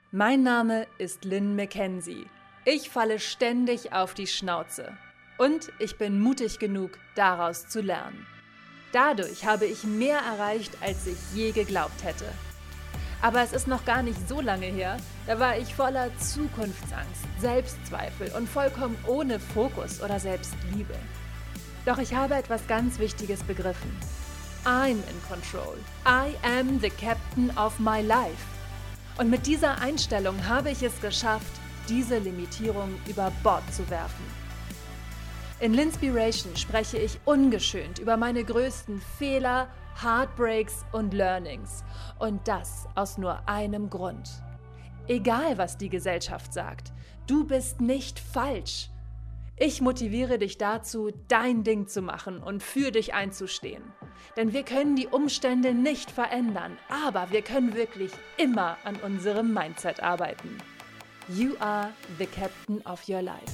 Mein Name ist Lynn McKenzie. Ich falle ständig auf die Schnauze. Und ich bin mutig genug, daraus zu lernen. Dadurch habe ich mehr erreicht, als ich je geglaubt hätte. Aber es ist noch gar nicht so lange her, da war ich voller Zukunftsangst, Selbstzweifel und vollkommen ohne Fokus oder Selbstliebe. Doch ich habe etwas ganz Wichtiges begriffen. I'm in control. I am the captain of my life. Und mit dieser Einstellung habe ich es geschafft, diese Limitierung über Bord zu werfen. In Linspiration spreche ich ungeschönt über meine größten Fehler, Heartbreaks und Learnings. Und das aus nur einem Grund. Egal, was die Gesellschaft sagt, du bist nicht falsch. Ich motiviere dich dazu, dein Ding zu machen und für dich einzustehen. Denn wir können die Umstände nicht verändern, aber wir können wirklich immer an unserem Mindset arbeiten. You are the captain of your life.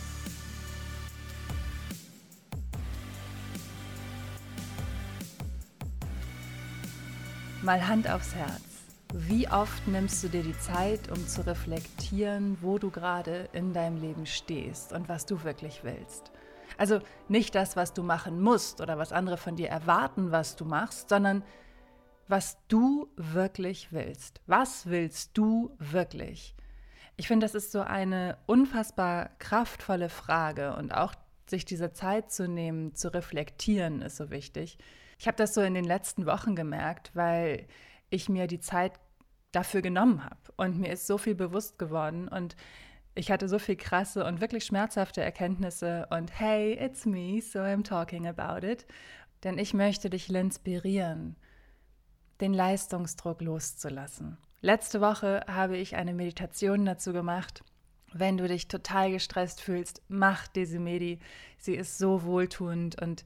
Mal Hand aufs Herz. Wie oft nimmst du dir die Zeit, um zu reflektieren, wo du gerade in deinem Leben stehst und was du wirklich willst? Also nicht das, was du machen musst oder was andere von dir erwarten, was du machst, sondern was du wirklich willst. Was willst du wirklich? Ich finde, das ist so eine unfassbar kraftvolle Frage und auch sich diese Zeit zu nehmen, zu reflektieren, ist so wichtig. Ich habe das so in den letzten Wochen gemerkt, weil ich mir die Zeit dafür genommen habe und mir ist so viel bewusst geworden und ich hatte so viel krasse und wirklich schmerzhafte Erkenntnisse und hey, it's me, so I'm talking about it. Denn ich möchte dich inspirieren, den Leistungsdruck loszulassen. Letzte Woche habe ich eine Meditation dazu gemacht. Wenn du dich total gestresst fühlst, mach diese Medi. Sie ist so wohltuend und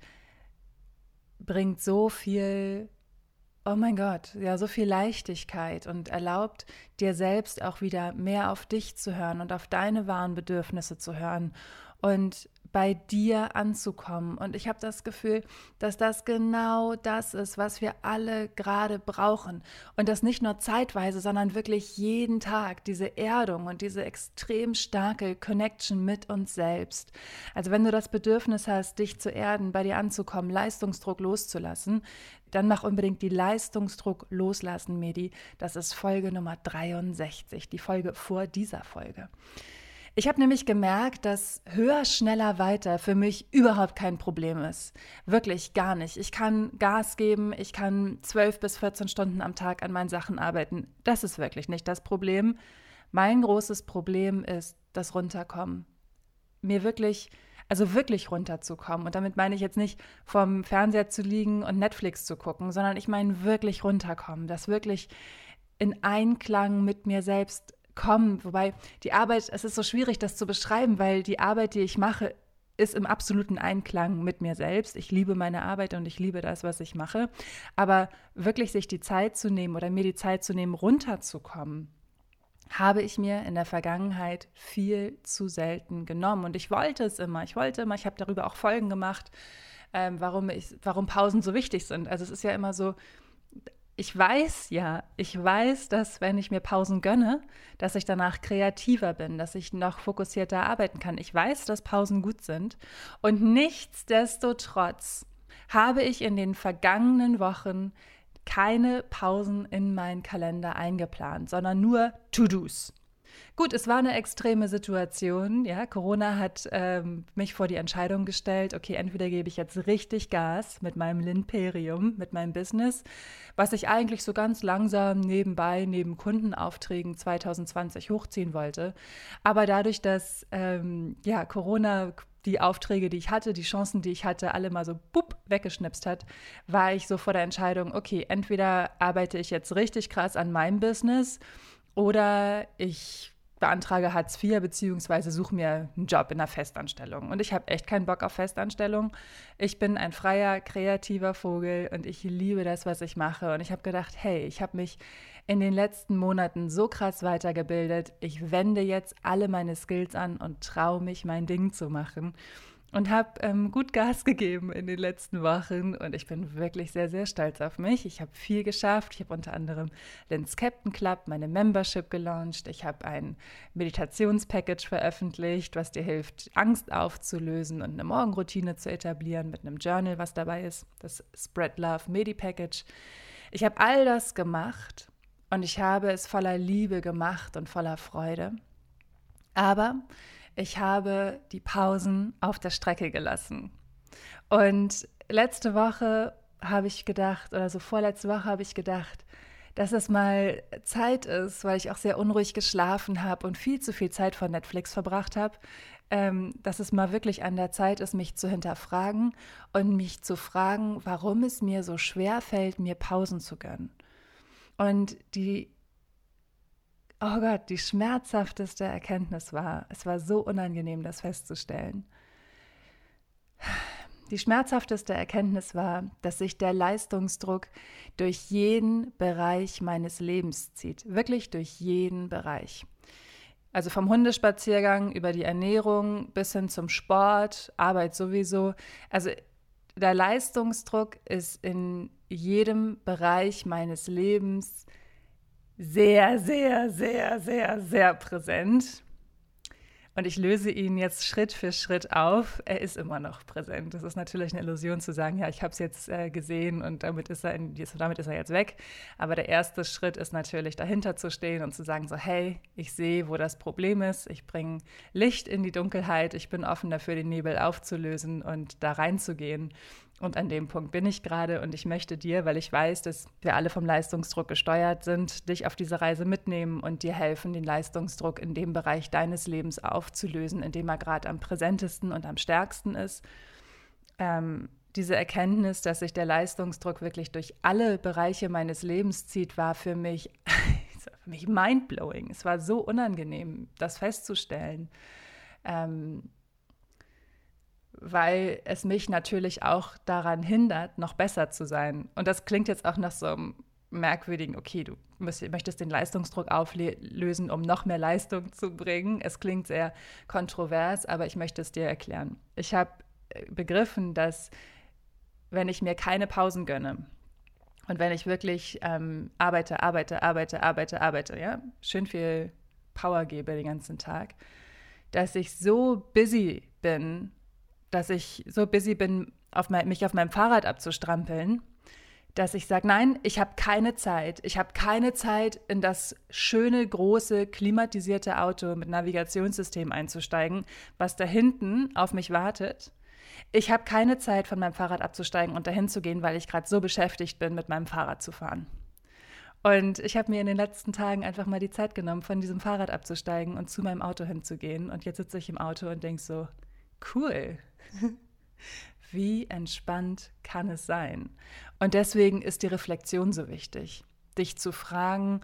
bringt so viel, oh mein Gott, ja, so viel Leichtigkeit und erlaubt dir selbst auch wieder mehr auf dich zu hören und auf deine wahren Bedürfnisse zu hören und bei dir anzukommen. Und ich habe das Gefühl, dass das genau das ist, was wir alle gerade brauchen. Und das nicht nur zeitweise, sondern wirklich jeden Tag, diese Erdung und diese extrem starke Connection mit uns selbst. Also wenn du das Bedürfnis hast, dich zu erden, bei dir anzukommen, Leistungsdruck loszulassen, dann mach unbedingt die Leistungsdruck loslassen, Medi. Das ist Folge Nummer 63, die Folge vor dieser Folge. Ich habe nämlich gemerkt, dass höher, schneller, weiter für mich überhaupt kein Problem ist. Wirklich gar nicht. Ich kann Gas geben, ich kann 12 bis 14 Stunden am Tag an meinen Sachen arbeiten. Das ist wirklich nicht das Problem. Mein großes Problem ist das Runterkommen. Mir wirklich runterzukommen. Und damit meine ich jetzt nicht vorm Fernseher zu liegen und Netflix zu gucken, sondern ich meine wirklich runterkommen. Das wirklich in Einklang mit mir selbst kommen, wobei die Arbeit, es ist so schwierig, das zu beschreiben, weil die Arbeit, die ich mache, ist im absoluten Einklang mit mir selbst. Ich liebe meine Arbeit und ich liebe das, was ich mache. Aber wirklich sich die Zeit zu nehmen oder mir die Zeit zu nehmen, runterzukommen, habe ich mir in der Vergangenheit viel zu selten genommen. Und ich wollte es immer. Ich habe darüber auch Folgen gemacht, warum Pausen so wichtig sind. Also es ist ja immer so, ich weiß, dass wenn ich mir Pausen gönne, dass ich danach kreativer bin, dass ich noch fokussierter arbeiten kann. Ich weiß, dass Pausen gut sind. Und nichtsdestotrotz habe ich in den vergangenen Wochen keine Pausen in meinen Kalender eingeplant, sondern nur To-Dos. Gut, es war eine extreme Situation. Ja, Corona hat mich vor die Entscheidung gestellt, okay, entweder gebe ich jetzt richtig Gas mit meinem Linperium, mit meinem Business, was ich eigentlich so ganz langsam nebenbei, neben Kundenaufträgen 2020 hochziehen wollte. Aber dadurch, dass Corona die Aufträge, die ich hatte, die Chancen, die ich hatte, alle mal so weggeschnipst hat, war ich so vor der Entscheidung, okay, entweder arbeite ich jetzt richtig krass an meinem Business oder ich beantrage Hartz IV beziehungsweise suche mir einen Job in einer Festanstellung. Und ich habe echt keinen Bock auf Festanstellung. Ich bin ein freier, kreativer Vogel und ich liebe das, was ich mache. Und ich habe gedacht, hey, ich habe mich in den letzten Monaten so krass weitergebildet. Ich wende jetzt alle meine Skills an und traue mich, mein Ding zu machen. und habe gut Gas gegeben in den letzten Wochen und ich bin wirklich sehr, sehr stolz auf mich. Ich habe viel geschafft. Ich habe unter anderem Lynn's Captain Club, meine Membership gelauncht. Ich habe ein Meditationspackage veröffentlicht, was dir hilft, Angst aufzulösen und eine Morgenroutine zu etablieren mit einem Journal, was dabei ist, das Spread Love Medi Package. Ich habe all das gemacht und ich habe es voller Liebe gemacht und voller Freude. Aber ich habe die Pausen auf der Strecke gelassen. Und letzte Woche habe ich gedacht, oder so vorletzte Woche habe ich gedacht, dass es mal Zeit ist, weil ich auch sehr unruhig geschlafen habe und viel zu viel Zeit vor Netflix verbracht habe, dass es mal wirklich an der Zeit ist, mich zu hinterfragen und mich zu fragen, warum es mir so schwer fällt, mir Pausen zu gönnen. Und oh Gott, die schmerzhafteste Erkenntnis war, es war so unangenehm, das festzustellen. Die schmerzhafteste Erkenntnis war, dass sich der Leistungsdruck durch jeden Bereich meines Lebens zieht. Wirklich durch jeden Bereich. Also vom Hundespaziergang über die Ernährung bis hin zum Sport, Arbeit sowieso. Also der Leistungsdruck ist in jedem Bereich meines Lebens sehr, sehr, sehr, sehr, sehr präsent. Und ich löse ihn jetzt Schritt für Schritt auf. Er ist immer noch präsent. Das ist natürlich eine Illusion zu sagen, ja, ich habe es jetzt gesehen und damit ist er jetzt weg. Aber der erste Schritt ist natürlich, dahinter zu stehen und zu sagen so, hey, ich sehe, wo das Problem ist. Ich bringe Licht in die Dunkelheit. Ich bin offen dafür, den Nebel aufzulösen und da reinzugehen. Und an dem Punkt bin ich gerade und ich möchte dir, weil ich weiß, dass wir alle vom Leistungsdruck gesteuert sind, dich auf diese Reise mitnehmen und dir helfen, den Leistungsdruck in dem Bereich deines Lebens aufzulösen, in dem er gerade am präsentesten und am stärksten ist. Diese Erkenntnis, dass sich der Leistungsdruck wirklich durch alle Bereiche meines Lebens zieht, war für mich mindblowing. Es war so unangenehm, das festzustellen. Weil es mich natürlich auch daran hindert, noch besser zu sein. Und das klingt jetzt auch nach so einem merkwürdigen, okay, du möchtest den Leistungsdruck auflösen, um noch mehr Leistung zu bringen. Es klingt sehr kontrovers, aber ich möchte es dir erklären. Ich habe begriffen, dass wenn ich mir keine Pausen gönne und wenn ich wirklich arbeite, ja, schön viel Power gebe den ganzen Tag, dass ich so busy bin, mich auf meinem Fahrrad abzustrampeln, dass ich sage, nein, ich habe keine Zeit. Ich habe keine Zeit, in das schöne, große, klimatisierte Auto mit Navigationssystem einzusteigen, was da hinten auf mich wartet. Ich habe keine Zeit, von meinem Fahrrad abzusteigen und dahin zu gehen, weil ich gerade so beschäftigt bin, mit meinem Fahrrad zu fahren. Und ich habe mir in den letzten Tagen einfach mal die Zeit genommen, von diesem Fahrrad abzusteigen und zu meinem Auto hinzugehen. Und jetzt sitze ich im Auto und denke so, cool. Wie entspannt kann es sein? Und deswegen ist die Reflexion so wichtig, dich zu fragen,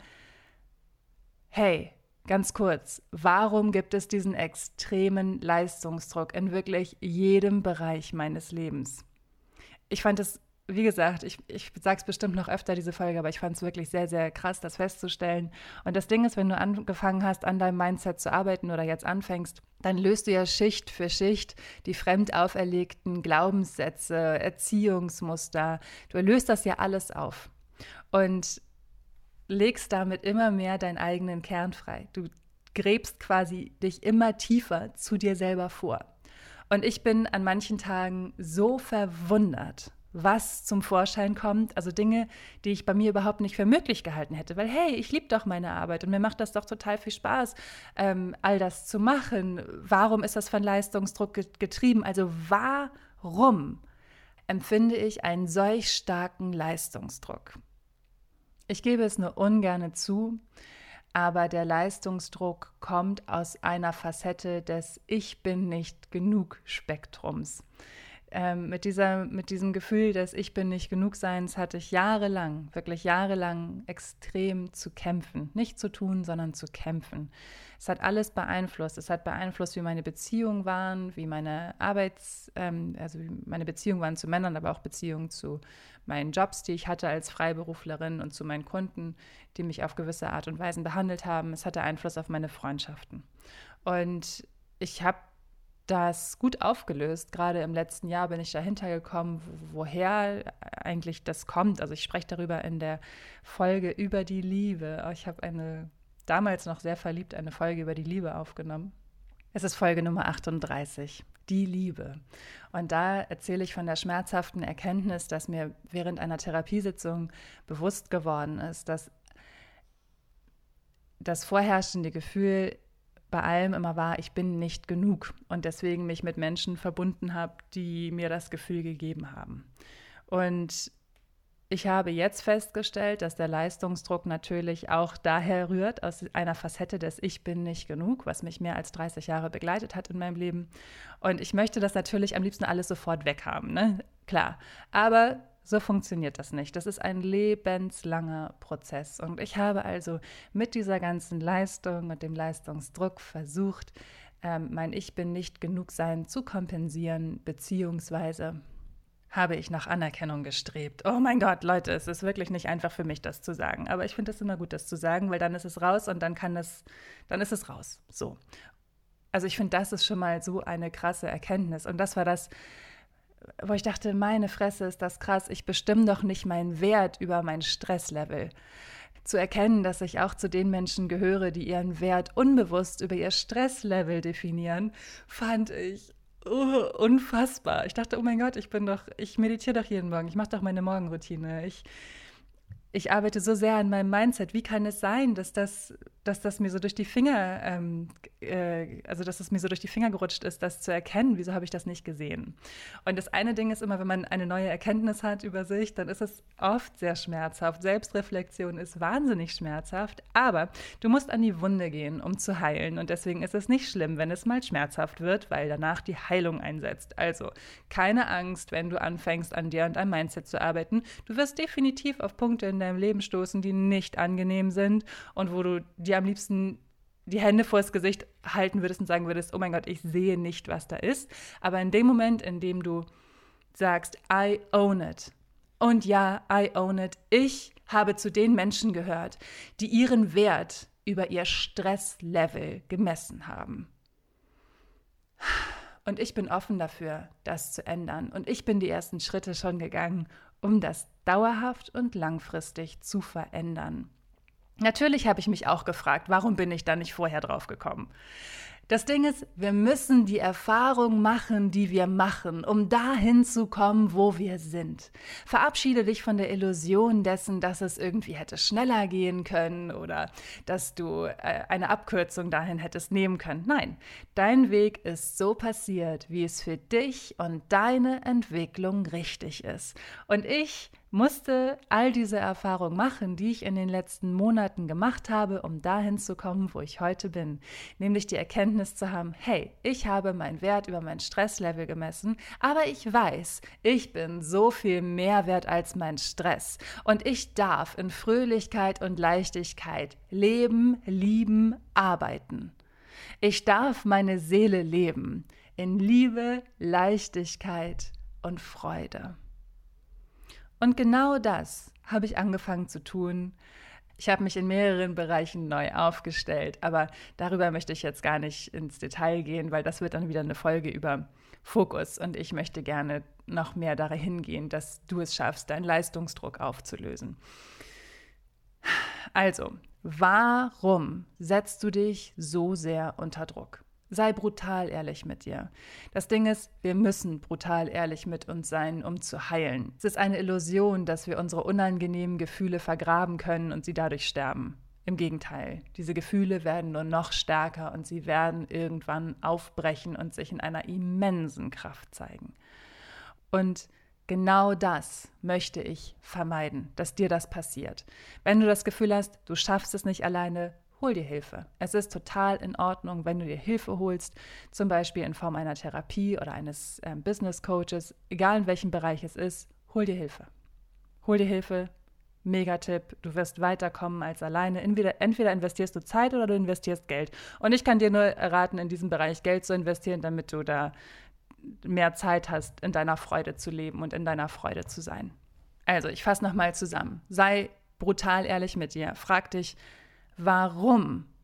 hey, ganz kurz, warum gibt es diesen extremen Leistungsdruck in wirklich jedem Bereich meines Lebens? Ich fand es, wie gesagt, ich sage es bestimmt noch öfter, diese Folge, aber ich fand es wirklich sehr, sehr krass, das festzustellen. Und das Ding ist, wenn du angefangen hast, an deinem Mindset zu arbeiten oder jetzt anfängst, dann löst du ja Schicht für Schicht die fremd auferlegten Glaubenssätze, Erziehungsmuster. Du löst das ja alles auf und legst damit immer mehr deinen eigenen Kern frei. Du gräbst quasi dich immer tiefer zu dir selber vor. Und ich bin an manchen Tagen so verwundert, was zum Vorschein kommt, also Dinge, die ich bei mir überhaupt nicht für möglich gehalten hätte, weil hey, ich liebe doch meine Arbeit und mir macht das doch total viel Spaß, all das zu machen. Warum ist das von Leistungsdruck getrieben? Also warum empfinde ich einen solch starken Leistungsdruck? Ich gebe es nur ungern zu, aber der Leistungsdruck kommt aus einer Facette des Ich bin nicht genug Spektrums. Mit diesem Gefühl des Ich bin nicht genug Seins hatte ich jahrelang, wirklich jahrelang extrem zu kämpfen. Nicht zu tun, sondern zu kämpfen. Es hat alles beeinflusst. Es hat beeinflusst, wie meine Beziehungen waren, wie meine wie meine Beziehungen waren zu Männern, aber auch Beziehungen zu meinen Jobs, die ich hatte als Freiberuflerin und zu meinen Kunden, die mich auf gewisse Art und Weise behandelt haben. Es hatte Einfluss auf meine Freundschaften. Und ich habe das gut aufgelöst. Gerade im letzten Jahr bin ich dahinter gekommen, woher eigentlich das kommt. Also ich spreche darüber in der Folge über die Liebe. Ich habe damals noch sehr verliebt, eine Folge über die Liebe aufgenommen. Es ist Folge Nummer 38, die Liebe. Und da erzähle ich von der schmerzhaften Erkenntnis, dass mir während einer Therapiesitzung bewusst geworden ist, dass das vorherrschende Gefühl bei allem immer war, ich bin nicht genug und deswegen mich mit Menschen verbunden habe, die mir das Gefühl gegeben haben. Und ich habe jetzt festgestellt, dass der Leistungsdruck natürlich auch daher rührt, aus einer Facette des Ich bin nicht genug, was mich mehr als 30 Jahre begleitet hat in meinem Leben. Und ich möchte das natürlich am liebsten alles sofort weghaben, ne? Klar. Aber so funktioniert das nicht. Das ist ein lebenslanger Prozess. Und ich habe also mit dieser ganzen Leistung und dem Leistungsdruck versucht, mein Ich bin nicht genug sein zu kompensieren, beziehungsweise habe ich nach Anerkennung gestrebt. Oh mein Gott, Leute, es ist wirklich nicht einfach für mich, das zu sagen. Aber ich finde es immer gut, das zu sagen, weil dann ist es raus und dann ist es raus. So. Also ich finde, das ist schon mal so eine krasse Erkenntnis. Und das war das, wo ich dachte, meine Fresse, ist das krass. Ich bestimme doch nicht meinen Wert über mein Stresslevel. Zu erkennen, dass ich auch zu den Menschen gehöre, die ihren Wert unbewusst über ihr Stresslevel definieren, fand ich unfassbar. Ich dachte, oh mein Gott, ich meditiere doch jeden Morgen, ich mache doch meine Morgenroutine, ich arbeite so sehr an meinem Mindset. Wie kann es sein, dass das mir so durch die Finger, dass es mir so durch die Finger gerutscht ist, das zu erkennen? Wieso habe ich das nicht gesehen? Und das eine Ding ist immer, wenn man eine neue Erkenntnis hat über sich, dann ist es oft sehr schmerzhaft. Selbstreflexion ist wahnsinnig schmerzhaft, aber du musst an die Wunde gehen, um zu heilen. Und deswegen ist es nicht schlimm, wenn es mal schmerzhaft wird, weil danach die Heilung einsetzt. Also keine Angst, wenn du anfängst, an dir und deinem Mindset zu arbeiten. Du wirst definitiv auf Punkte in deinem Leben stoßen, die nicht angenehm sind und wo du dir am liebsten die Hände vors Gesicht halten würdest und sagen würdest, oh mein Gott, ich sehe nicht, was da ist. Aber in dem Moment, in dem du sagst, I own it. Und ja, I own it. Ich habe zu den Menschen gehört, die ihren Wert über ihr Stresslevel gemessen haben. Und ich bin offen dafür, das zu ändern. Und ich bin die ersten Schritte schon gegangen, um das dauerhaft und langfristig zu verändern. Natürlich habe ich mich auch gefragt, warum bin ich da nicht vorher drauf gekommen? Das Ding ist, wir müssen die Erfahrung machen, die wir machen, um dahin zu kommen, wo wir sind. Verabschiede dich von der Illusion dessen, dass es irgendwie hätte schneller gehen können oder dass du eine Abkürzung dahin hättest nehmen können. Nein, dein Weg ist so passiert, wie es für dich und deine Entwicklung richtig ist. Und ich musste all diese Erfahrungen machen, die ich in den letzten Monaten gemacht habe, um dahin zu kommen, wo ich heute bin. Nämlich die Erkenntnis zu haben, hey, ich habe meinen Wert über mein Stresslevel gemessen, aber ich weiß, ich bin so viel mehr wert als mein Stress. Und ich darf in Fröhlichkeit und Leichtigkeit leben, lieben, arbeiten. Ich darf meine Seele leben in Liebe, Leichtigkeit und Freude. Und genau das habe ich angefangen zu tun. Ich habe mich in mehreren Bereichen neu aufgestellt, aber darüber möchte ich jetzt gar nicht ins Detail gehen, weil das wird dann wieder eine Folge über Fokus und ich möchte gerne noch mehr dahin gehen, dass du es schaffst, deinen Leistungsdruck aufzulösen. Also, warum setzt du dich so sehr unter Druck? Sei brutal ehrlich mit dir. Das Ding ist, wir müssen brutal ehrlich mit uns sein, um zu heilen. Es ist eine Illusion, dass wir unsere unangenehmen Gefühle vergraben können und sie dadurch sterben. Im Gegenteil, diese Gefühle werden nur noch stärker und sie werden irgendwann aufbrechen und sich in einer immensen Kraft zeigen. Und genau das möchte ich vermeiden, dass dir das passiert. Wenn du das Gefühl hast, du schaffst es nicht alleine, hol dir Hilfe. Es ist total in Ordnung, wenn du dir Hilfe holst, zum Beispiel in Form einer Therapie oder eines Business Coaches, egal in welchem Bereich es ist, hol dir Hilfe. Hol dir Hilfe, Megatipp, du wirst weiterkommen als alleine. Entweder investierst du Zeit oder du investierst Geld. Und ich kann dir nur raten, in diesem Bereich Geld zu investieren, damit du da mehr Zeit hast, in deiner Freude zu leben und in deiner Freude zu sein. Also, ich fasse nochmal zusammen. Sei brutal ehrlich mit dir. Frag dich, warum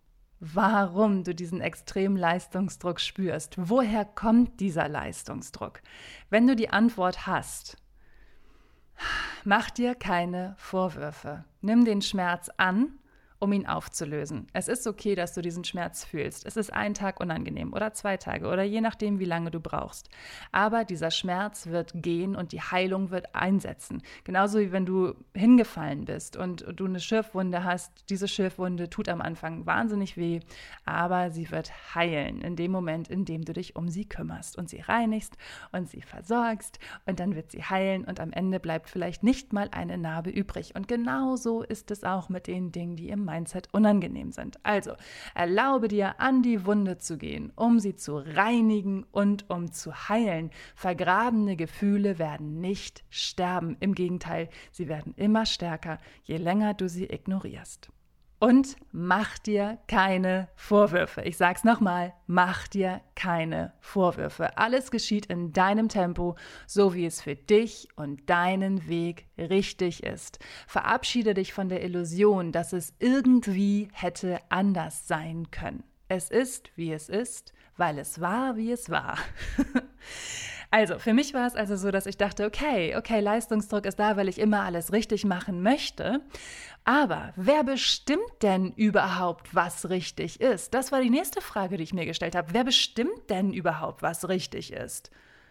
warum du diesen extremen Leistungsdruck spürst. Woher kommt dieser Leistungsdruck? Wenn du die Antwort hast, mach dir keine Vorwürfe. Nimm den Schmerz an, um ihn aufzulösen. Es ist okay, dass du diesen Schmerz fühlst. Es ist 1 Tag unangenehm oder 2 Tage oder je nachdem, wie lange du brauchst. Aber dieser Schmerz wird gehen und die Heilung wird einsetzen. Genauso wie wenn du hingefallen bist und du eine Schürfwunde hast. Diese Schürfwunde tut am Anfang wahnsinnig weh, aber sie wird heilen in dem Moment, in dem du dich um sie kümmerst und sie reinigst und sie versorgst und dann wird sie heilen und am Ende bleibt vielleicht nicht mal eine Narbe übrig. Und genauso ist es auch mit den Dingen, die im Mindset unangenehm sind. Also erlaube dir, an die Wunde zu gehen, um sie zu reinigen und um zu heilen. Vergrabene Gefühle werden nicht sterben. Im Gegenteil, sie werden immer stärker, je länger du sie ignorierst. Und mach dir keine Vorwürfe. Ich sag's nochmal, mach dir keine Vorwürfe. Alles geschieht in deinem Tempo, so wie es für dich und deinen Weg richtig ist. Verabschiede dich von der Illusion, dass es irgendwie hätte anders sein können. Es ist, wie es ist, weil es war, wie es war. Also, für mich war es also so, dass ich dachte, okay, Leistungsdruck ist da, weil ich immer alles richtig machen möchte. Aber wer bestimmt denn überhaupt, was richtig ist? Das war die nächste Frage, die ich mir gestellt habe. Wer bestimmt denn überhaupt, was richtig ist?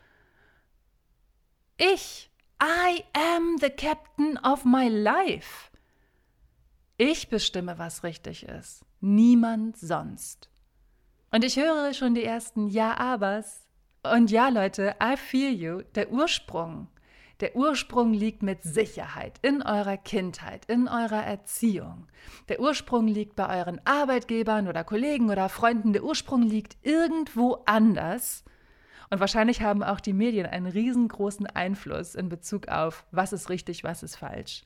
Ich. I am the captain of my life. Ich bestimme, was richtig ist. Niemand sonst. Und ich höre schon die ersten Ja-Abers. Und ja, Leute, I feel you. Der Ursprung liegt mit Sicherheit in eurer Kindheit, in eurer Erziehung. Der Ursprung liegt bei euren Arbeitgebern oder Kollegen oder Freunden. Der Ursprung liegt irgendwo anders. Und wahrscheinlich haben auch die Medien einen riesengroßen Einfluss in Bezug auf, was ist richtig, was ist falsch.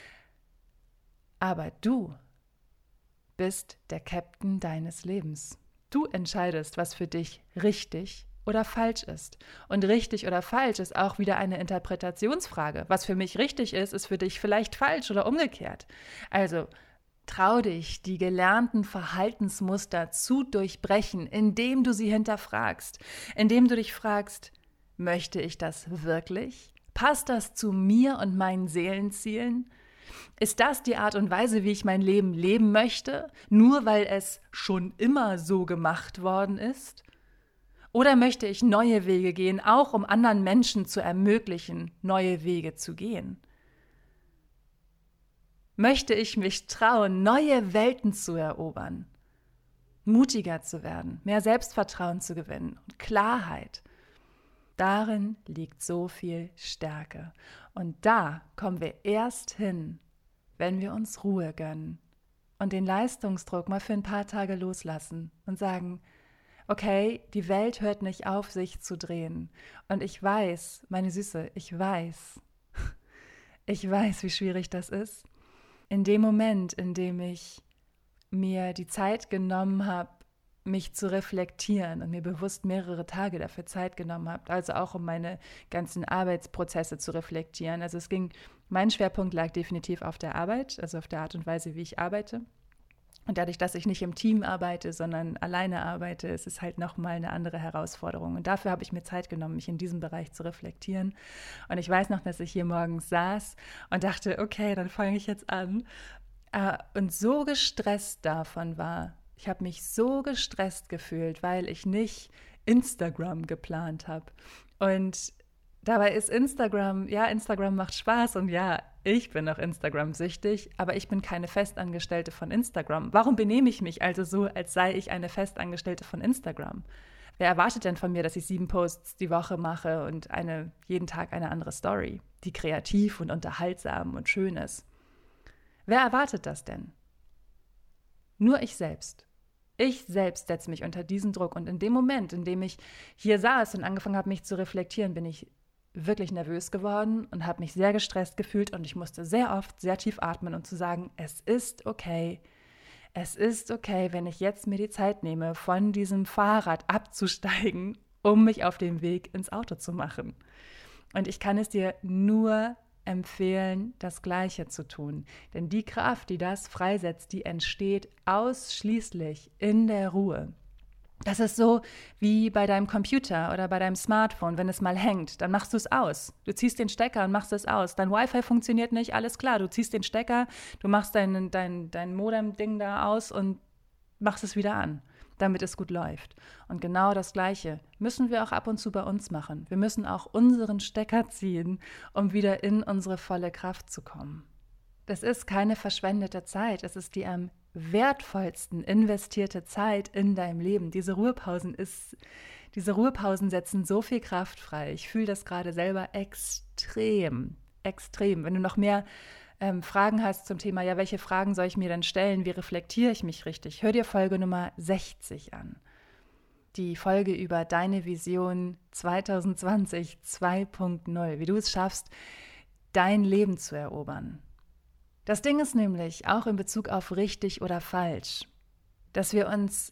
Aber du bist der Captain deines Lebens. Du entscheidest, was für dich richtig oder falsch ist. Und richtig oder falsch ist auch wieder eine Interpretationsfrage. Was für mich richtig ist, ist für dich vielleicht falsch oder umgekehrt. Also trau dich, die gelernten Verhaltensmuster zu durchbrechen, indem du sie hinterfragst, indem du dich fragst, möchte ich das wirklich? Passt das zu mir und meinen Seelenzielen? Ist das die Art und Weise, wie ich mein Leben leben möchte, nur weil es schon immer so gemacht worden ist? Oder möchte ich neue Wege gehen, auch um anderen Menschen zu ermöglichen, neue Wege zu gehen? Möchte ich mich trauen, neue Welten zu erobern, mutiger zu werden, mehr Selbstvertrauen zu gewinnen und Klarheit? Darin liegt so viel Stärke. Und da kommen wir erst hin, wenn wir uns Ruhe gönnen und den Leistungsdruck mal für ein paar Tage loslassen und sagen, okay, die Welt hört nicht auf, sich zu drehen. Und ich weiß, meine Süße, ich weiß, wie schwierig das ist. In dem Moment, in dem ich mir die Zeit genommen habe, mich zu reflektieren und mir bewusst mehrere Tage dafür Zeit genommen habe, also auch um meine ganzen Arbeitsprozesse zu reflektieren. Also mein Schwerpunkt lag definitiv auf der Arbeit, also auf der Art und Weise, wie ich arbeite. Und dadurch, dass ich nicht im Team arbeite, sondern alleine arbeite, ist es halt nochmal eine andere Herausforderung. Und dafür habe ich mir Zeit genommen, mich in diesem Bereich zu reflektieren. Und ich weiß noch, dass ich hier morgens saß und dachte, okay, dann fange ich jetzt an. Und so gestresst davon war. Ich habe mich so gestresst gefühlt, weil ich nicht Instagram geplant habe. Und dabei ist Instagram macht Spaß und ja, ich bin auch Instagram-süchtig, aber ich bin keine Festangestellte von Instagram. Warum benehme ich mich also so, als sei ich eine Festangestellte von Instagram? Wer erwartet denn von mir, dass ich 7 Posts die Woche mache und jeden Tag eine andere Story, die kreativ und unterhaltsam und schön ist? Wer erwartet das denn? Nur ich selbst. Ich selbst setze mich unter diesen Druck und in dem Moment, in dem ich hier saß und angefangen habe, mich zu reflektieren, bin ich wirklich nervös geworden und habe mich sehr gestresst gefühlt und ich musste sehr oft sehr tief atmen, um zu sagen, es ist okay, wenn ich jetzt mir die Zeit nehme, von diesem Fahrrad abzusteigen, um mich auf den Weg ins Auto zu machen. Und ich kann es dir nur empfehlen, das Gleiche zu tun. Denn die Kraft, die das freisetzt, die entsteht ausschließlich in der Ruhe. Das ist so wie bei deinem Computer oder bei deinem Smartphone, wenn es mal hängt, dann machst du es aus. Du ziehst den Stecker und machst es aus. Dein Wi-Fi funktioniert nicht, alles klar. Du ziehst den Stecker, du machst dein Modem-Ding da aus und machst es wieder an, damit es gut läuft. Und genau das Gleiche müssen wir auch ab und zu bei uns machen. Wir müssen auch unseren Stecker ziehen, um wieder in unsere volle Kraft zu kommen. Das ist keine verschwendete Zeit, es ist die am wertvollsten investierte Zeit in deinem Leben. Diese Ruhepausen setzen so viel Kraft frei. Ich fühle das gerade selber extrem. Wenn du noch mehr Fragen hast zum Thema, ja, welche Fragen soll ich mir denn stellen? Wie reflektiere ich mich richtig? Hör dir Folge Nummer 60 an. Die Folge über deine Vision 2020 2.0, wie du es schaffst, dein Leben zu erobern. Das Ding ist nämlich, auch in Bezug auf richtig oder falsch, dass wir uns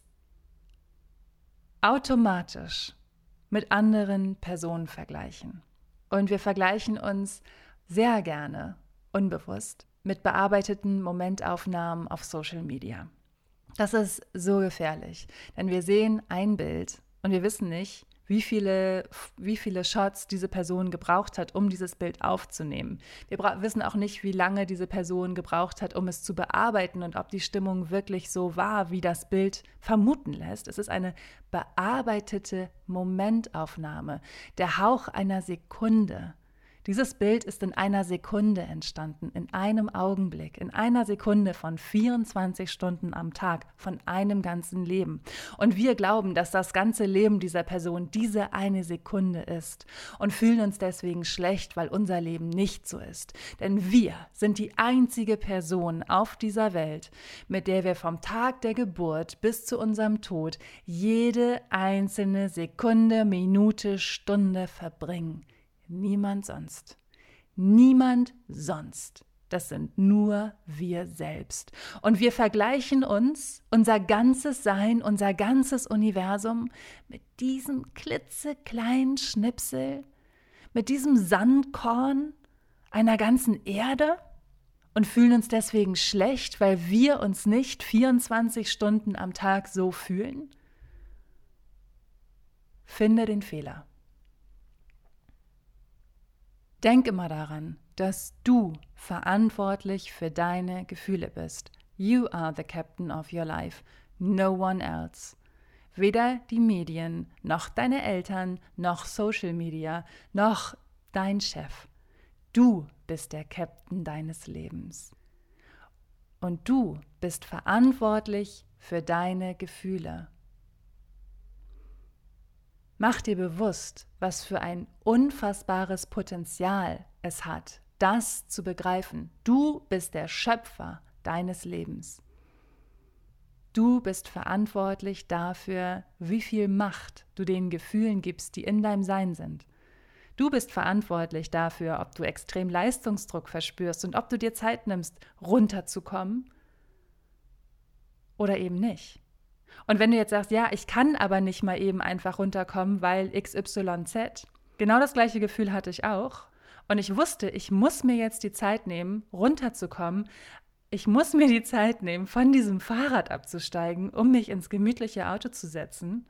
automatisch mit anderen Personen vergleichen. Und wir vergleichen uns sehr gerne, unbewusst, mit bearbeiteten Momentaufnahmen auf Social Media. Das ist so gefährlich, denn wir sehen ein Bild und wir wissen nicht, wie viele Shots diese Person gebraucht hat, um dieses Bild aufzunehmen. Wir wissen auch nicht, wie lange diese Person gebraucht hat, um es zu bearbeiten und ob die Stimmung wirklich so war, wie das Bild vermuten lässt. Es ist eine bearbeitete Momentaufnahme, der Hauch einer Sekunde. Dieses Bild ist in einer Sekunde entstanden, in einem Augenblick, in einer Sekunde von 24 Stunden am Tag, von einem ganzen Leben. Und wir glauben, dass das ganze Leben dieser Person diese eine Sekunde ist und fühlen uns deswegen schlecht, weil unser Leben nicht so ist. Denn wir sind die einzige Person auf dieser Welt, mit der wir vom Tag der Geburt bis zu unserem Tod jede einzelne Sekunde, Minute, Stunde verbringen. Niemand sonst. Niemand sonst. Das sind nur wir selbst. Und wir vergleichen uns, unser ganzes Sein, unser ganzes Universum mit diesem klitzekleinen Schnipsel, mit diesem Sandkorn einer ganzen Erde und fühlen uns deswegen schlecht, weil wir uns nicht 24 Stunden am Tag so fühlen. Finde den Fehler. Denk immer daran, dass du verantwortlich für deine Gefühle bist. You are the captain of your life, no one else. Weder die Medien, noch deine Eltern, noch Social Media, noch dein Chef. Du bist der Captain deines Lebens. Und du bist verantwortlich für deine Gefühle. Mach dir bewusst, was für ein unfassbares Potenzial es hat, das zu begreifen. Du bist der Schöpfer deines Lebens. Du bist verantwortlich dafür, wie viel Macht du den Gefühlen gibst, die in deinem Sein sind. Du bist verantwortlich dafür, ob du extrem Leistungsdruck verspürst und ob du dir Zeit nimmst, runterzukommen oder eben nicht. Und wenn du jetzt sagst, ja, ich kann aber nicht mal eben einfach runterkommen, weil XYZ, genau das gleiche Gefühl hatte ich auch. Und ich wusste, ich muss mir jetzt die Zeit nehmen, runterzukommen. Ich muss mir die Zeit nehmen, von diesem Fahrrad abzusteigen, um mich ins gemütliche Auto zu setzen.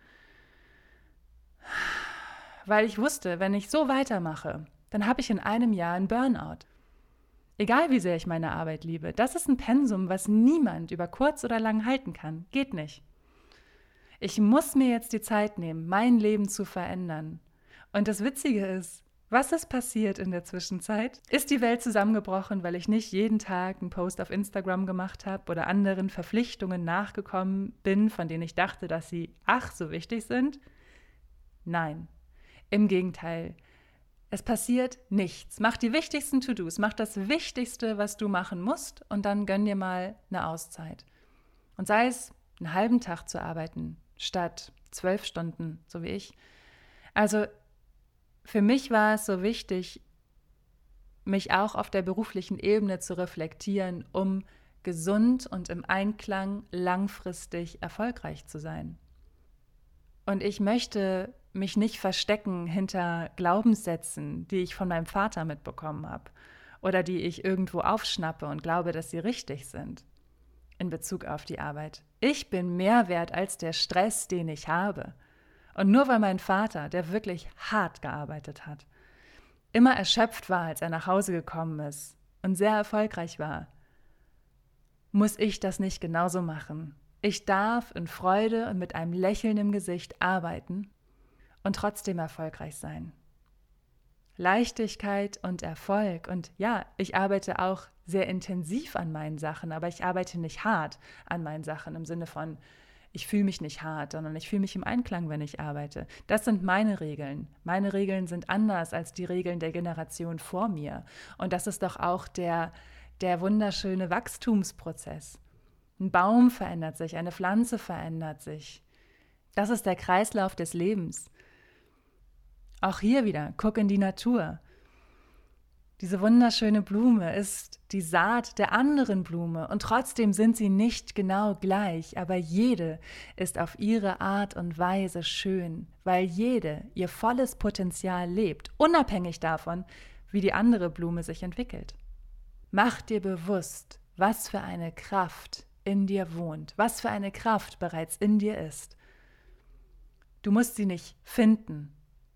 Weil ich wusste, wenn ich so weitermache, dann habe ich in einem Jahr einen Burnout. Egal wie sehr ich meine Arbeit liebe, das ist ein Pensum, was niemand über kurz oder lang halten kann. Geht nicht. Ich muss mir jetzt die Zeit nehmen, mein Leben zu verändern. Und das Witzige ist, was ist passiert in der Zwischenzeit? Ist die Welt zusammengebrochen, weil ich nicht jeden Tag einen Post auf Instagram gemacht habe oder anderen Verpflichtungen nachgekommen bin, von denen ich dachte, dass sie ach so wichtig sind? Nein, im Gegenteil. Es passiert nichts. Mach die wichtigsten To-Dos, mach das Wichtigste, was du machen musst und dann gönn dir mal eine Auszeit. Und sei es einen halben Tag zu arbeiten, statt 12 Stunden, so wie ich. Also für mich war es so wichtig, mich auch auf der beruflichen Ebene zu reflektieren, um gesund und im Einklang langfristig erfolgreich zu sein. Und ich möchte mich nicht verstecken hinter Glaubenssätzen, die ich von meinem Vater mitbekommen habe. oder die ich irgendwo aufschnappe und glaube, dass sie richtig sind in Bezug auf die Arbeit. Ich bin mehr wert als der Stress, den ich habe. Und nur weil mein Vater, der wirklich hart gearbeitet hat, immer erschöpft war, als er nach Hause gekommen ist und sehr erfolgreich war, muss ich das nicht genauso machen. Ich darf in Freude und mit einem Lächeln im Gesicht arbeiten und trotzdem erfolgreich sein. Leichtigkeit und Erfolg. Und ja, ich arbeite auch sehr intensiv an meinen Sachen, aber ich arbeite nicht hart an meinen Sachen im Sinne von, ich fühle mich nicht hart, sondern ich fühle mich im Einklang, wenn ich arbeite. Das sind meine Regeln. Meine Regeln sind anders als die Regeln der Generation vor mir. Und das ist doch auch der wunderschöne Wachstumsprozess. Ein Baum verändert sich, eine Pflanze verändert sich. Das ist der Kreislauf des Lebens. Auch hier wieder, guck in die Natur. Diese wunderschöne Blume ist die Saat der anderen Blume und trotzdem sind sie nicht genau gleich, aber jede ist auf ihre Art und Weise schön, weil jede ihr volles Potenzial lebt, unabhängig davon, wie die andere Blume sich entwickelt. Mach dir bewusst, was für eine Kraft in dir wohnt, was für eine Kraft bereits in dir ist. Du musst sie nicht finden.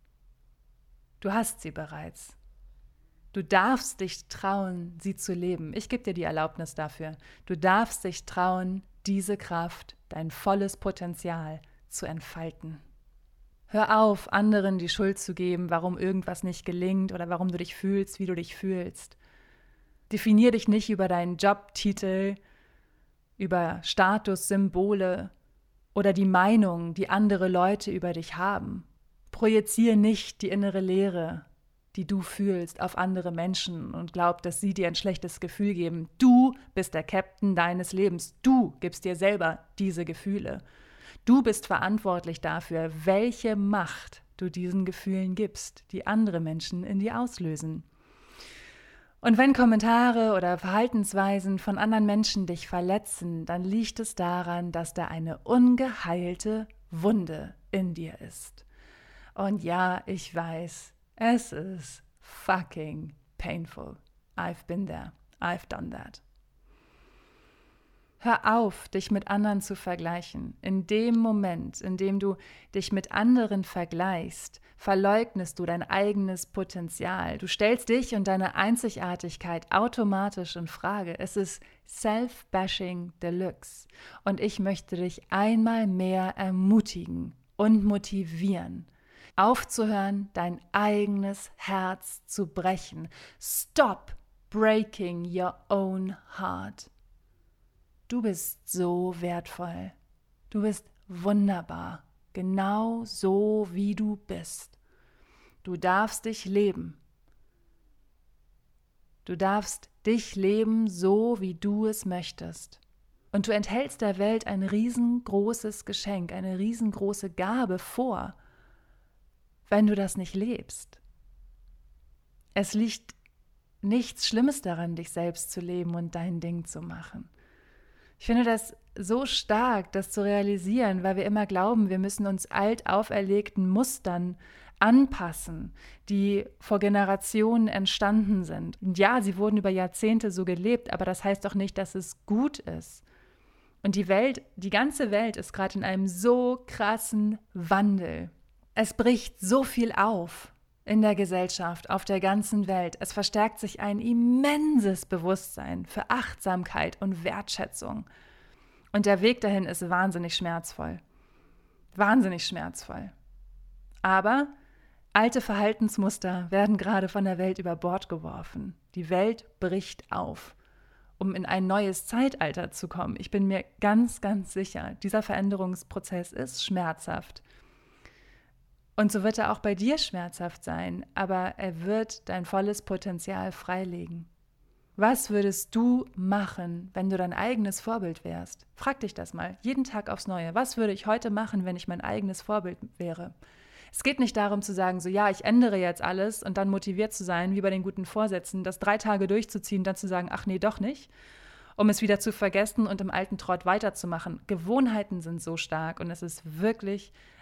Du hast sie bereits. Du darfst dich trauen, sie zu leben. Ich gebe dir die Erlaubnis dafür. Du darfst dich trauen, diese Kraft, dein volles Potenzial zu entfalten. Hör auf, anderen die Schuld zu geben, warum irgendwas nicht gelingt oder warum du dich fühlst, wie du dich fühlst. Definier dich nicht über deinen Jobtitel, über Statussymbole oder die Meinung, die andere Leute über dich haben. Projiziere nicht die innere Leere, die du fühlst, auf andere Menschen und glaub, dass sie dir ein schlechtes Gefühl geben. Du bist der Captain deines Lebens. Du gibst dir selber diese Gefühle. Du bist verantwortlich dafür, welche Macht du diesen Gefühlen gibst, die andere Menschen in dir auslösen. Und wenn Kommentare oder Verhaltensweisen von anderen Menschen dich verletzen, dann liegt es daran, dass da eine ungeheilte Wunde in dir ist. Und ja, ich weiß, es ist fucking painful. I've been there. I've done that. Hör auf, dich mit anderen zu vergleichen. In dem Moment, in dem du dich mit anderen vergleichst, verleugnest du dein eigenes Potenzial. Du stellst dich und deine Einzigartigkeit automatisch in Frage. Es ist Self-Bashing Deluxe. Und ich möchte dich einmal mehr ermutigen und motivieren, aufzuhören, dein eigenes Herz zu brechen. Stop breaking your own heart. Du bist so wertvoll. Du bist wunderbar. Genau so, wie du bist. Du darfst dich leben. Du darfst dich leben, so wie du es möchtest. Und du enthältst der Welt ein riesengroßes Geschenk, eine riesengroße Gabe vor, wenn du das nicht lebst. Es liegt nichts Schlimmes daran, dich selbst zu leben und dein Ding zu machen. Ich finde das so stark, das zu realisieren, weil wir immer glauben, wir müssen uns alt auferlegten Mustern anpassen, die vor Generationen entstanden sind. Und ja, sie wurden über Jahrzehnte so gelebt, aber das heißt doch nicht, dass es gut ist. Und die ganze Welt ist gerade in einem so krassen Wandel. Es bricht so viel auf in der Gesellschaft, auf der ganzen Welt. Es verstärkt sich ein immenses Bewusstsein für Achtsamkeit und Wertschätzung. Und der Weg dahin ist wahnsinnig schmerzvoll. Wahnsinnig schmerzvoll. Aber alte Verhaltensmuster werden gerade von der Welt über Bord geworfen. Die Welt bricht auf, um in ein neues Zeitalter zu kommen. Ich bin mir ganz, ganz sicher, dieser Veränderungsprozess ist schmerzhaft. Und so wird er auch bei dir schmerzhaft sein, aber er wird dein volles Potenzial freilegen. Was würdest du machen, wenn du dein eigenes Vorbild wärst? Frag dich das mal, jeden Tag aufs Neue. Was würde ich heute machen, wenn ich mein eigenes Vorbild wäre? Es geht nicht darum zu sagen, so ja, ich ändere jetzt alles und dann motiviert zu sein, wie bei den guten Vorsätzen, das 3 Tage durchzuziehen, dann zu sagen, ach nee, doch nicht, um es wieder zu vergessen und im alten Trott weiterzumachen. Gewohnheiten sind so stark und es ist wirklich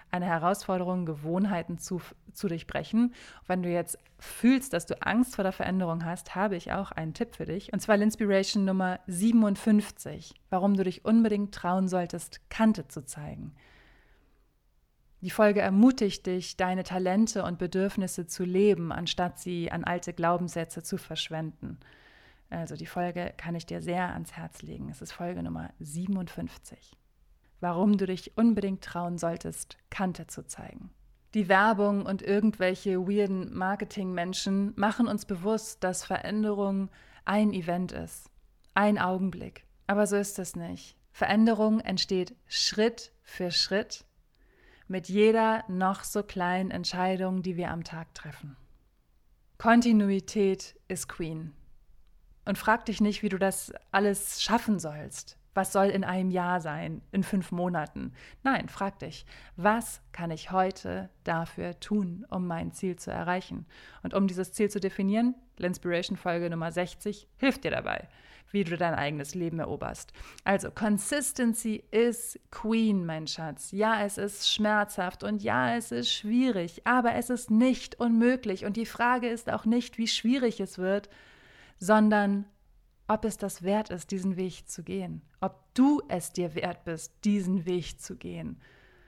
eine Herausforderung, Gewohnheiten zu durchbrechen. Wenn du jetzt fühlst, dass du Angst vor der Veränderung hast, habe ich auch einen Tipp für dich. Und zwar Linspiration Nummer 57, warum du dich unbedingt trauen solltest, Kante zu zeigen. Die Folge ermutigt dich, deine Talente und Bedürfnisse zu leben, anstatt sie an alte Glaubenssätze zu verschwenden. Also die Folge kann ich dir sehr ans Herz legen. Es ist Folge Nummer 57. Warum du dich unbedingt trauen solltest, Kante zu zeigen. Die Werbung und irgendwelche weirden Marketingmenschen machen uns bewusst, dass Veränderung ein Event ist, ein Augenblick. Aber so ist es nicht. Veränderung entsteht Schritt für Schritt mit jeder noch so kleinen Entscheidung, die wir am Tag treffen. Kontinuität ist Queen. Und frag dich nicht, wie du das alles schaffen sollst. Was soll in einem Jahr sein, in 5 Monaten? Nein, frag dich, was kann ich heute dafür tun, um mein Ziel zu erreichen? Und um dieses Ziel zu definieren, Linspiration-Folge Nummer 60 hilft dir dabei, wie du dein eigenes Leben eroberst. Also, Consistency is Queen, mein Schatz. Ja, es ist schmerzhaft und ja, es ist schwierig, aber es ist nicht unmöglich. Und die Frage ist auch nicht, wie schwierig es wird, sondern ob es das wert ist, diesen Weg zu gehen. Ob du es dir wert bist, diesen Weg zu gehen.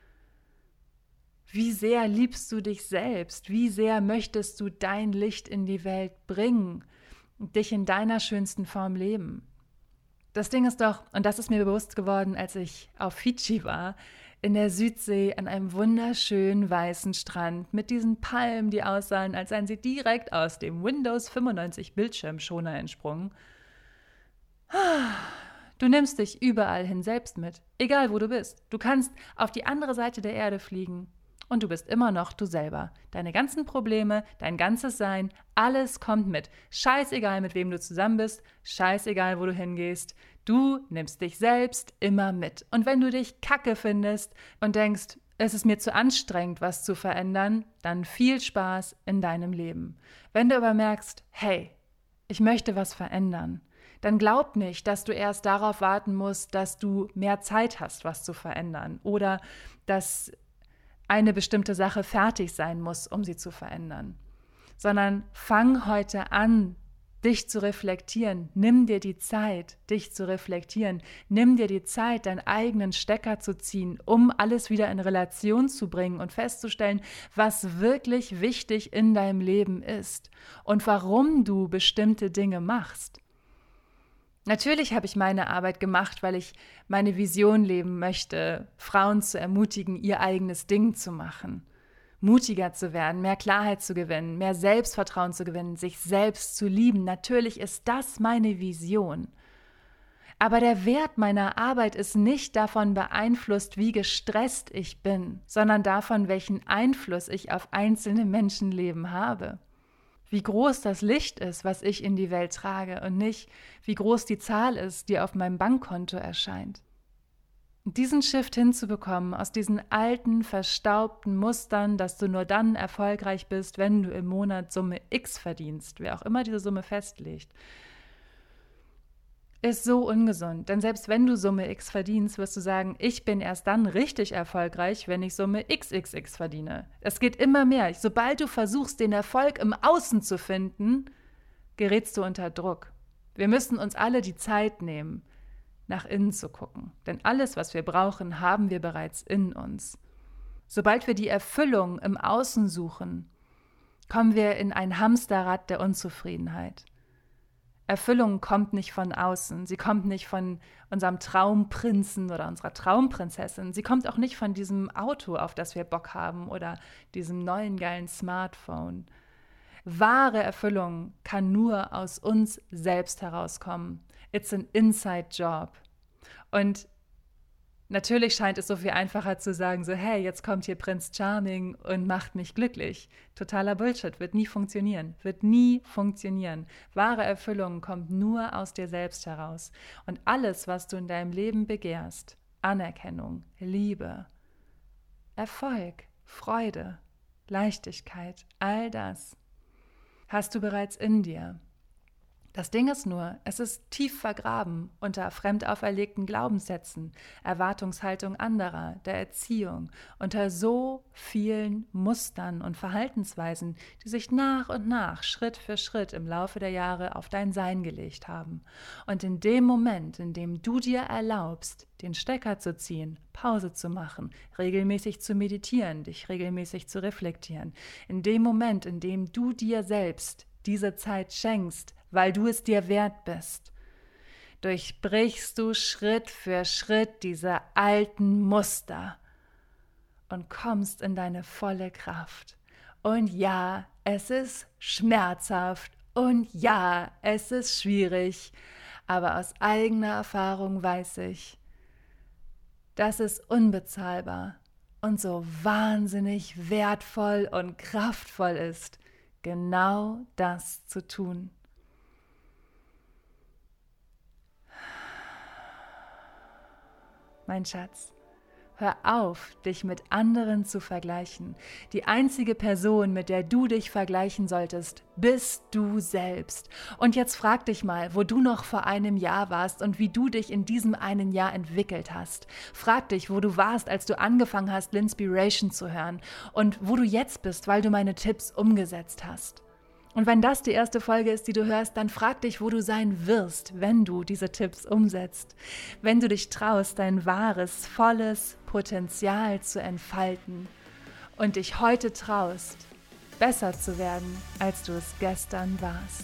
Wie sehr liebst du dich selbst? Wie sehr möchtest du dein Licht in die Welt bringen und dich in deiner schönsten Form leben? Das Ding ist doch, und das ist mir bewusst geworden, als ich auf Fidschi war, in der Südsee an einem wunderschönen weißen Strand mit diesen Palmen, die aussahen, als seien sie direkt aus dem Windows 95 Bildschirmschoner entsprungen. Du nimmst dich überall hin selbst mit, egal wo du bist. Du kannst auf die andere Seite der Erde fliegen und du bist immer noch du selber. Deine ganzen Probleme, dein ganzes Sein, alles kommt mit. Scheißegal, mit wem du zusammen bist, scheißegal, wo du hingehst. Du nimmst dich selbst immer mit. Und wenn du dich kacke findest und denkst, es ist mir zu anstrengend, was zu verändern, dann viel Spaß in deinem Leben. Wenn du aber merkst, hey, ich möchte was verändern, dann glaub nicht, dass du erst darauf warten musst, dass du mehr Zeit hast, was zu verändern oder dass eine bestimmte Sache fertig sein muss, um sie zu verändern, sondern fang heute an, dich zu reflektieren. Nimm dir die Zeit, dich zu reflektieren. Nimm dir die Zeit, deinen eigenen Stecker zu ziehen, um alles wieder in Relation zu bringen und festzustellen, was wirklich wichtig in deinem Leben ist und warum du bestimmte Dinge machst. Natürlich habe ich meine Arbeit gemacht, weil ich meine Vision leben möchte, Frauen zu ermutigen, ihr eigenes Ding zu machen, mutiger zu werden, mehr Klarheit zu gewinnen, mehr Selbstvertrauen zu gewinnen, sich selbst zu lieben. Natürlich ist das meine Vision. Aber der Wert meiner Arbeit ist nicht davon beeinflusst, wie gestresst ich bin, sondern davon, welchen Einfluss ich auf einzelne Menschenleben habe. Wie groß das Licht ist, was ich in die Welt trage und nicht, wie groß die Zahl ist, die auf meinem Bankkonto erscheint. Und diesen Shift hinzubekommen aus diesen alten, verstaubten Mustern, dass du nur dann erfolgreich bist, wenn du im Monat Summe X verdienst, wer auch immer diese Summe festlegt, ist so ungesund. Denn selbst wenn du Summe X verdienst, wirst du sagen, ich bin erst dann richtig erfolgreich, wenn ich Summe XXX verdiene. Es geht immer mehr. Sobald du versuchst, den Erfolg im Außen zu finden, gerätst du unter Druck. Wir müssen uns alle die Zeit nehmen, nach innen zu gucken. Denn alles, was wir brauchen, haben wir bereits in uns. Sobald wir die Erfüllung im Außen suchen, kommen wir in ein Hamsterrad der Unzufriedenheit. Erfüllung kommt nicht von außen, sie kommt nicht von unserem Traumprinzen oder unserer Traumprinzessin, sie kommt auch nicht von diesem Auto, auf das wir Bock haben oder diesem neuen geilen Smartphone. Wahre Erfüllung kann nur aus uns selbst herauskommen. It's an inside job. Und natürlich scheint es so viel einfacher zu sagen, so hey, jetzt kommt hier Prinz Charming und macht mich glücklich. Totaler Bullshit, wird nie funktionieren, wird nie funktionieren. Wahre Erfüllung kommt nur aus dir selbst heraus. Und alles, was du in deinem Leben begehrst, Anerkennung, Liebe, Erfolg, Freude, Leichtigkeit, all das hast du bereits in dir. Das Ding ist nur, es ist tief vergraben unter fremd auferlegten Glaubenssätzen, Erwartungshaltung anderer, der Erziehung, unter so vielen Mustern und Verhaltensweisen, die sich nach und nach, Schritt für Schritt im Laufe der Jahre auf dein Sein gelegt haben. Und in dem Moment, in dem du dir erlaubst, den Stecker zu ziehen, Pause zu machen, regelmäßig zu meditieren, dich regelmäßig zu reflektieren, in dem Moment, in dem du dir selbst diese Zeit schenkst, weil du es dir wert bist, durchbrichst du Schritt für Schritt diese alten Muster und kommst in deine volle Kraft. Und ja, es ist schmerzhaft und ja, es ist schwierig, aber aus eigener Erfahrung weiß ich, dass es unbezahlbar und so wahnsinnig wertvoll und kraftvoll ist, genau das zu tun. Mein Schatz, hör auf, dich mit anderen zu vergleichen. Die einzige Person, mit der du dich vergleichen solltest, bist du selbst. Und jetzt frag dich mal, wo du noch vor einem Jahr warst und wie du dich in diesem einen Jahr entwickelt hast. Frag dich, wo du warst, als du angefangen hast, Linspiration zu hören und wo du jetzt bist, weil du meine Tipps umgesetzt hast. Und wenn das die erste Folge ist, die du hörst, dann frag dich, wo du sein wirst, wenn du diese Tipps umsetzt. Wenn du dich traust, dein wahres, volles Potenzial zu entfalten und dich heute traust, besser zu werden, als du es gestern warst.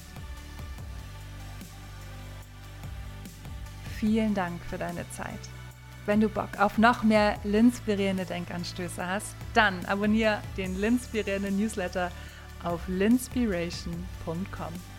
Vielen Dank für deine Zeit. Wenn du Bock auf noch mehr linspirierende Denkanstöße hast, dann abonniere den Linspirierenden Newsletter auf linspiration.com.